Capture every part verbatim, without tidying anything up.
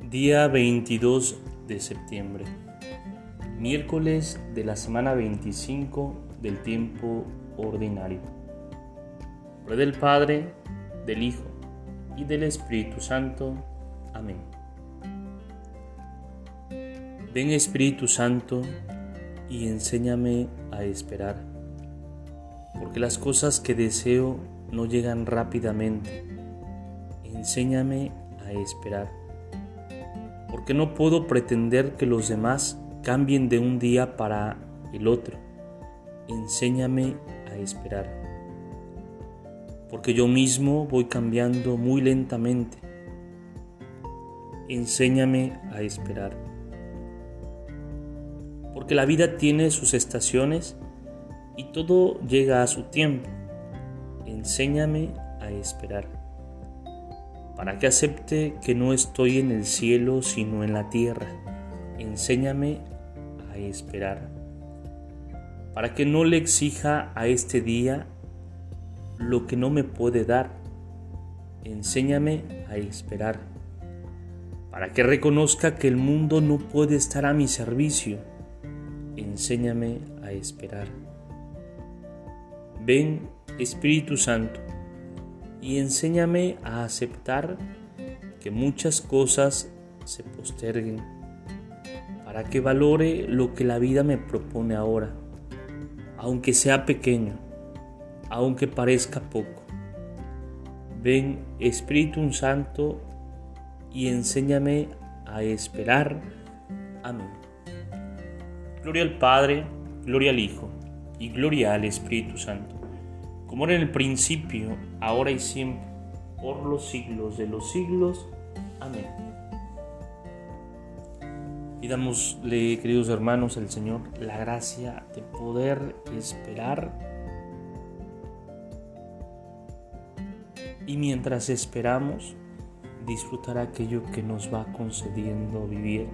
Día veintidós de septiembre, miércoles de la semana veinticinco del tiempo ordinario. En nombre del Padre, del Hijo y del Espíritu Santo. Amén. Ven Espíritu Santo y enséñame a esperar, porque las cosas que deseo no llegan rápidamente. Enséñame a esperar, porque no puedo pretender que los demás cambien de un día para el otro. Enséñame a esperar, porque yo mismo voy cambiando muy lentamente. Enséñame a esperar, porque la vida tiene sus estaciones y todo llega a su tiempo. Enséñame a esperar, para que acepte que no estoy en el cielo sino en la tierra. Enséñame a esperar, para que no le exija a este día lo que no me puede dar. Enséñame a esperar, para que reconozca que el mundo no puede estar a mi servicio. Enséñame a esperar. Ven, Espíritu Santo, y enséñame a aceptar que muchas cosas se posterguen, para que valore lo que la vida me propone ahora, aunque sea pequeño, aunque parezca poco. Ven, Espíritu Santo, y enséñame a esperar. Amén. Gloria al Padre, gloria al Hijo y gloria al Espíritu Santo, como era en el principio, ahora y siempre, por los siglos de los siglos. Amén. Pidámosle, queridos hermanos, al Señor la gracia de poder esperar, y mientras esperamos, disfrutar aquello que nos va concediendo vivir.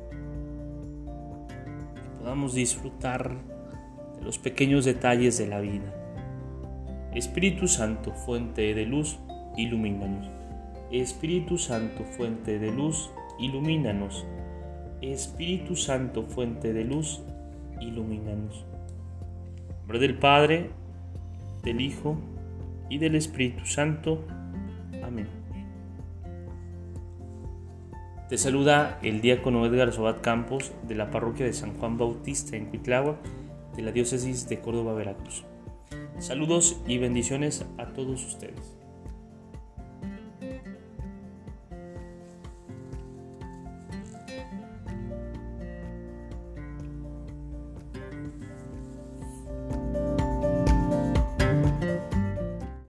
Que podamos disfrutar de los pequeños detalles de la vida. Espíritu Santo, fuente de luz, ilumínanos. Espíritu Santo, fuente de luz, ilumínanos. Espíritu Santo, fuente de luz, ilumínanos. En nombre del Padre, del Hijo y del Espíritu Santo. Amén. Te saluda el diácono Edgar Sobat Campos, de la parroquia de San Juan Bautista en Cuitláhuac, de la diócesis de Córdoba, Veracruz. Saludos y bendiciones a todos ustedes.